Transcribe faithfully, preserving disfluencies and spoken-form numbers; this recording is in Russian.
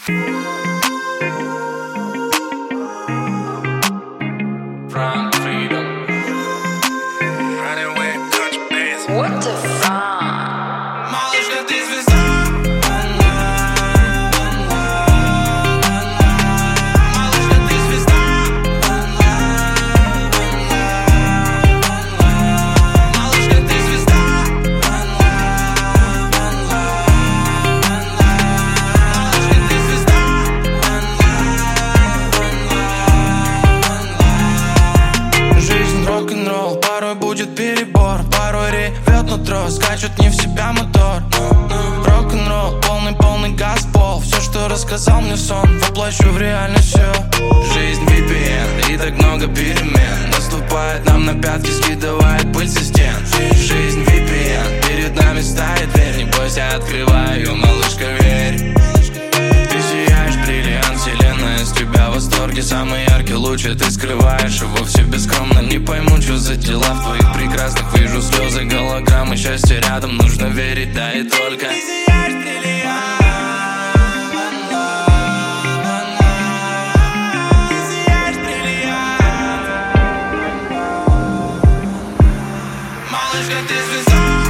What the fuck? Малышка, ты звезда. Малышка, ты звезда. Малышка, ты звезда. Малышка, ты звезда. Жизнь рок-н-ролл, порой будет перебор, порой ревет нутро, скачет не в себя мотор. Рок-н-ролл, полный-полный газпол. Все, что рассказал мне сон, воплощу в реальность все. Жизнь ви пи эн, и так много перемен. Наступает нам на пятки, скидывает пыль со стен. Жизнь ви пи эн, перед нами ставит дверь. Не бойся, открывай ее, малышка, верь. Ты сияешь, бриллиант, вселенная с тебя в восторге. Самый яркий луч, и ты скрываешь его все бескромно. Не пойму, что за дела в твоих прекрасных. Вижу слезы, голограммы, счастье рядом. Нужно верить, да и только. Ты сияешь, бриллиант. Ты сияешь, бриллиант. Малышка, ты звезда.